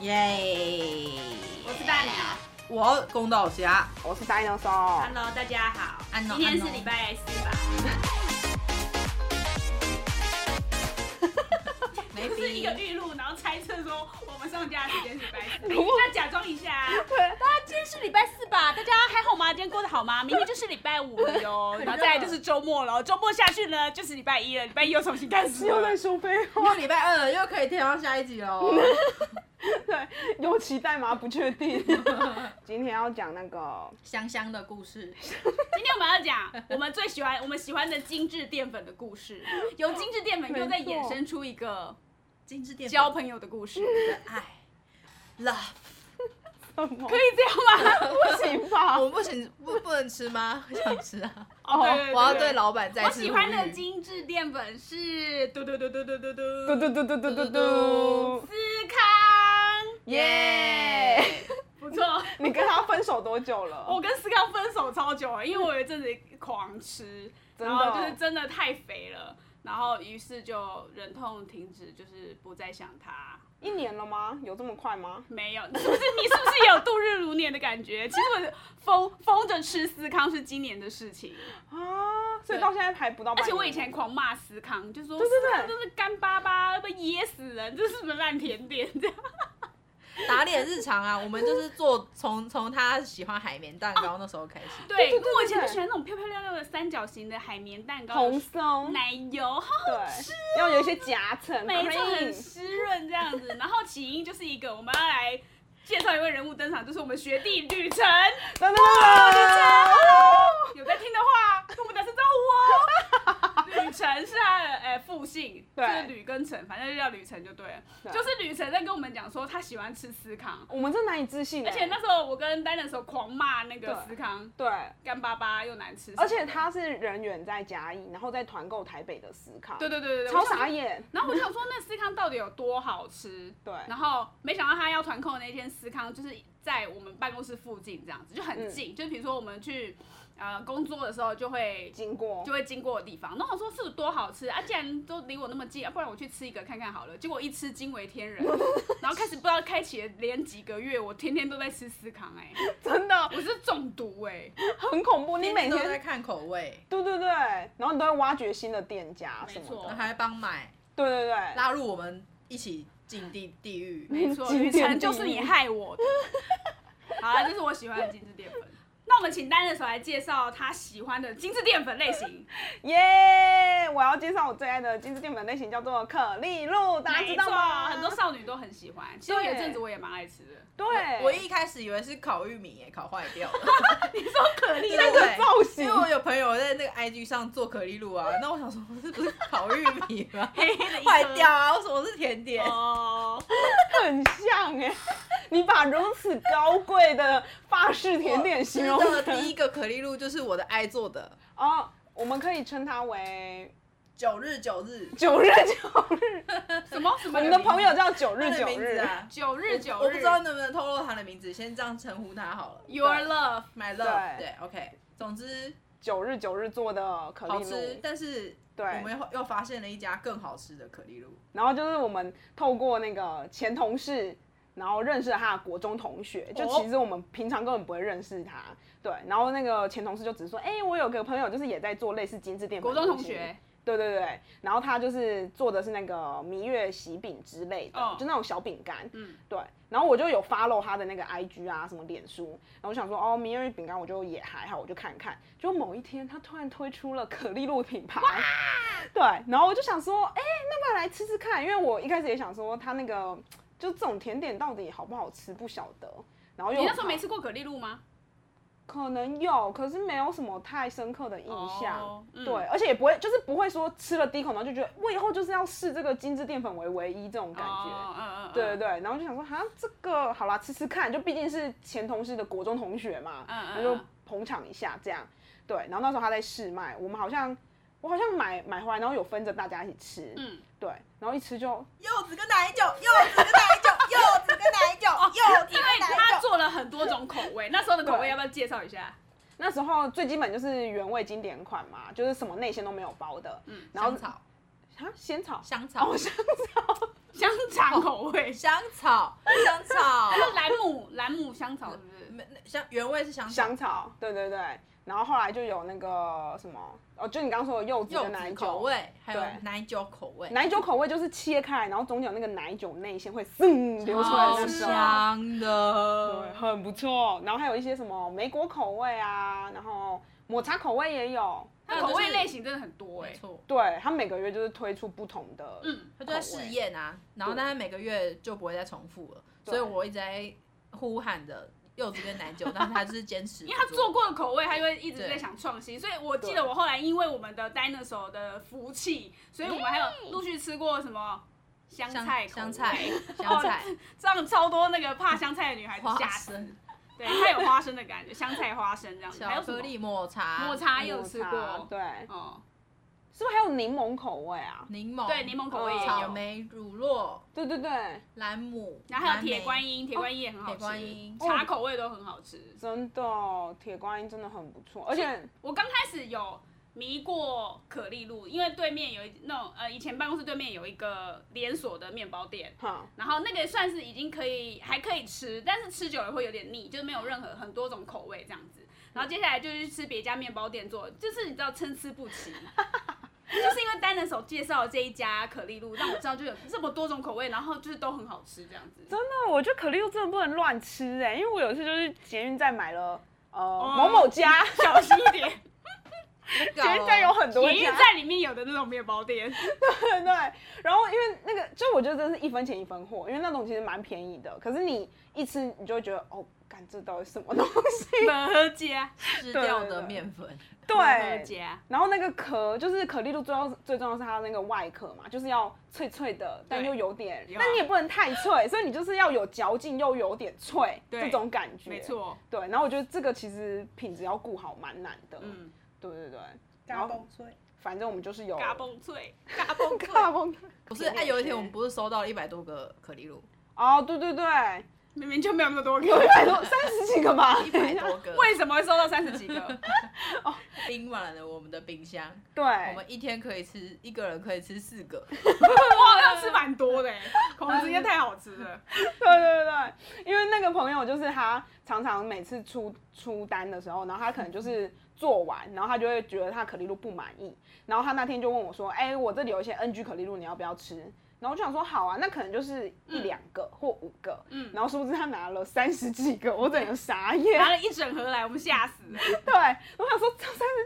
耶！ 我是大鸟， 我公道侠， 我是戴诺松。 Hello， 大家好，今天是礼拜4吧？就是一个预录，然后猜测说我们上架的时间是礼拜4，那假装一下，大家今天是礼拜4吧？大家还好吗？今天过得好吗？明天就是礼拜5了哟，然后再来就是周末了，周末下去呢就是礼拜1了，礼拜1又重新开始了， 又在说废话。 礼拜2了，又可以听到下一集喽。 对，有期待吗？不确定。今天要讲那个香香的故事。 今天我们要讲我们喜欢的精致淀粉的故事，由精致淀粉又再衍生出一个精致淀粉交朋友的故事的爱 ，love， 可以这样吗？ 不行吧？ 我们不行，不能吃吗？我想吃啊。 哦，对， 我要对老板再次呼吁。 我喜欢的精致淀粉是嘟嘟嘟嘟嘟嘟嘟嘟嘟嘟嘟嘟嘟嘟， 思康， 耶！ 不错。 你跟他分手多久了？ 我跟思康分手超久了，因为我有一阵子狂吃，然后就是真的太肥了，然后于是就忍痛停止，就是不再想他。 1年了吗？有这么快吗？ 没有，你是不是也有度日如年的感觉？其实我疯着吃思康是今年的事情啊，所以到现在还不到半年。 而且我以前狂骂思康，就说对思康就是干巴巴，被噎死人，这是什么烂甜点这样。 打脸日常啊，我们就是做从他喜欢海绵蛋糕那时候开始。 对，因为我以前就喜欢那种漂漂亮亮的三角形的海绵蛋糕， 蓬松奶油，好好吃， 要有一些夹层， 没错，很湿润这样子。然后起因就是一个，我们要来介绍一位人物登场，就是我们学弟吕晨。 真的， 有在听的话，跟我们打声招呼哦。吕晨是他的父姓，就是吕跟晨，反正就叫吕晨就对了。就是吕晨在跟我们讲说他喜欢吃司康， 我们真难以置信。 而且那时候我跟丹的时候狂骂那个司康， 对， 干巴巴又难吃。 而且他是人远在嘉义，然后在团购台北的司康。 对， 超傻眼。 然后我就想说那司康到底有多好吃？ 对。 然后没想到他要团购的那间司康就是在我们办公室附近，这样子就很近。就比如说我们去工作的时候就会经过的地方。那我说是有多好吃啊？既然都离我那么近，不然我去吃一个看看好了。结果一吃惊为天人，然后开始不知道开启了连几个月，我天天都在吃司康真的， 我是中毒很恐怖。你每天都在看口味， 对，然后你都会挖掘新的店家什么的， 还会帮买， 对， 拉入我们一起进地狱。 没错，吕晨就是你害我的。好了，这是我喜欢的精致淀粉。那我们请丹的时候来介绍他喜欢的精致淀粉类型。 耶！我要介绍我最爱的精致淀粉类型，叫做可丽露，大家知道吗？ 很多少女都很喜欢。其实有阵子我也蛮爱吃的。 对， 我一开始以为是烤玉米烤坏掉了。 你说可丽那个造型， 因为我有朋友在那个 IG 上做可丽露啊，那我想说这不是烤玉米吗？ 黑黑的坏掉啊！为什么是甜点？ 很像你把如此高贵的法式甜点形容的第一个可丽露就是我的爱做的哦，我们可以称它为 9日9日什么？ 我们的朋友叫9日9日啊 ，9日9日， 我不知道能不能透露他的名字，先这样称呼他好了。 Your love, my love， 对 ，OK。总之 9日9日做的可丽露好吃，但是对， 我们又发现了一家更好吃的可丽露。 然后就是我们透过那个前同事。然后认识了他的国中同学，就其实我们平常根本不会认识他，对。然后那个前同事就只是说，我有个朋友就是也在做类似精致淀粉。 国中同学。 对。然后他就是做的是那个蜜月喜饼之类的，就那种小饼干。对。然后我就有 follow 他的那个 IG 啊，什么脸书。然后我想说，蜜月饼干我就也还好，我就看看。就某一天他突然推出了可丽露品牌。对。然后我就想说，那不然来吃吃看，因为我一开始也想说他那个。就这种甜点到底好不好吃不晓得，然后你那时候没吃过可丽露吗？ 可能有，可是没有什么太深刻的印象。对，而且也不会，就是不会说吃了第一口，然后就觉得我以后就是要视这个精致淀粉为唯一这种感觉。对，然后就想说，这个好啦，吃吃看，就毕竟是前同事的国中同学嘛，那就捧场一下这样。对，然后那时候他在试卖，我好像买回来，然后有分着大家一起吃。对，然后一吃就柚子跟奶酒，柚子跟奶酒，柚子跟奶酒，柚子跟奶酒。 因为他做了很多种口味，那时候的口味要不要介绍一下？ 那时候最基本就是原味经典款嘛，就是什么内馅都没有包的。然后仙草、 香草、 香肠口味， 香草， 是兰姆香草是不是？ 原味是香草，对。然后后来就有那个什么就你刚刚说的柚子跟奶酒口味，还有奶酒口味。 奶酒口味就是切开来，然后中间有那个奶酒内馅会流出来的时候， 香的， 对，很不错。然后还有一些什么莓果口味啊，然后抹茶口味也有。 它口味类型真的很多没错。 对，它每个月就是推出不同的， 它就在试验啊，然后但是每个月就不会再重复了，所以我一直在呼喊着柚子跟奶酒，但是他就是坚持， 因为他做过的口味，他就会一直在想创新。所以我记得我后来因为我们的 Dinosaur 的福气，所以我们还有陆续吃过什么香菜， 这样超多那个怕香菜的女孩子吓死。对，它有花生的感觉，香菜花生这样子，还有巧克力抹茶也有吃过， 对，是不是还有柠檬口味啊？ 柠檬口味也有， 草莓乳酪， 对， 兰姆， 然后还有铁观音也很好吃，茶口味都很好吃， 真的，铁观音真的很不错，而且我刚开始有迷过可丽露，因为对面有那种以前办公室对面有一个连锁的面包店，然后那个算是已经还可以吃，但是吃久了会有点腻，就是没有很多种口味这样子。然后接下来就去吃别家面包店做，就是你知道参差不齐，就是因为Dinosaur介绍这一家可丽露，让我知道就有这么多种口味，然后就是都很好吃这样子。 真的，我觉得可丽露真的不能乱吃因为我有一次就是捷运站买了某某家， 小心一点。 捷运站有很多家， 捷运站里面有的那种面包店， 对。然后因为那个，就我觉得真的是1分钱1分货，因为那种其实蛮便宜的，可是你一吃你就会觉得干这到底什么东西？ 合家吃掉的面粉， 对。然后那个壳就是可丽露最重要是它那个外壳嘛，就是要脆脆的，但又有点，但你也不能太脆，所以你就是要有嚼劲又有点脆这种感觉。 没错。 对，然后我觉得这个其实品质要顾好蛮难的。对。 嘎嘣脆， 反正我们就是有嘎嘣脆， 嘎嘣。 不是，有一天我们不是收到了100多个可丽露？ 对。 明明就没有那么多个， 有100多30几个吧 ，100多个。 为什么会收到30几个？ 冰满了我们的冰箱。 对， 我们一天可以吃1个人可以吃4个。 哇，要吃蛮多的孔子应该太好吃了。 对，因为那个朋友就是他常常每次出单的时候，然后他可能就是做完，然后他就会觉得他可丽露不满意，然后他那天就问我说：“我这里有一些 NG 可丽露，你要不要吃？”然后我就想说好啊，那可能就是1、2个或5个，然后殊不知他拿了30几个，我整个傻眼， 拿了一整盒来，我们吓死了。 对，我想说这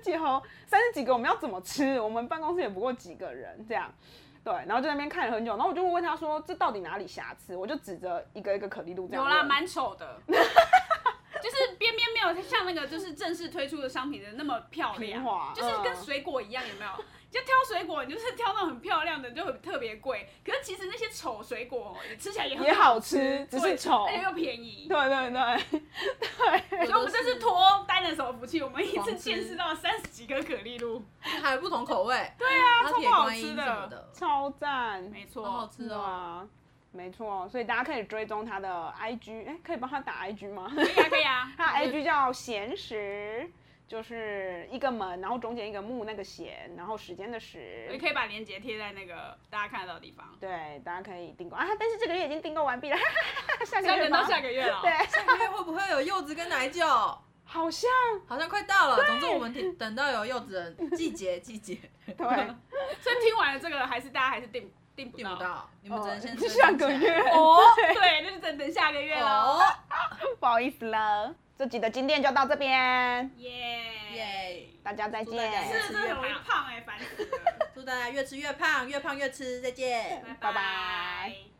30几个我们要怎么吃？我们办公室也不过几个人这样，对，然后就在那边看了很久，然后我就问他说这到底哪里瑕疵？我就指着一个一个可丽露这样。 有啦，蛮丑的。就是边边没有像那个就是正式推出的商品的那么漂亮，就是跟水果一样，有没有？就挑水果，你就是挑那种很漂亮的，就很特别贵。可是其实那些丑水果吃起来也好吃，只是丑， 而且又便宜。 对。 所以我们这是托Dinosaur的福气，我们一次见识到了30几个可丽露， 还有不同口味。 对啊，超不好吃的， 超赞， 没错， 好好吃哦。 没错，所以大家可以追踪他的 IG， 可以帮他打 IG 吗？ 可以啊， 他的 IG 叫闲时，就是一个门，然后中间一个木，那个闲，然后时间的时。 也可以把链接贴在那个大家看得到的地方。 对，大家可以订购啊，但是这个月已经订购完毕了， 下个月到下个月了。 对， 下个月会不会有柚子跟奶酒？ 好像快到了。总之我们等到有柚子的季节。 对， 所以听完了这个，大家还是订不到， 你们只能先下个月对，那就等下个月了。 不好意思了，这集的经典就到这边， 耶！ 大家再见。 吃的很容易胖烦死了。 祝大家越吃越胖，越胖越吃，再见， 拜拜。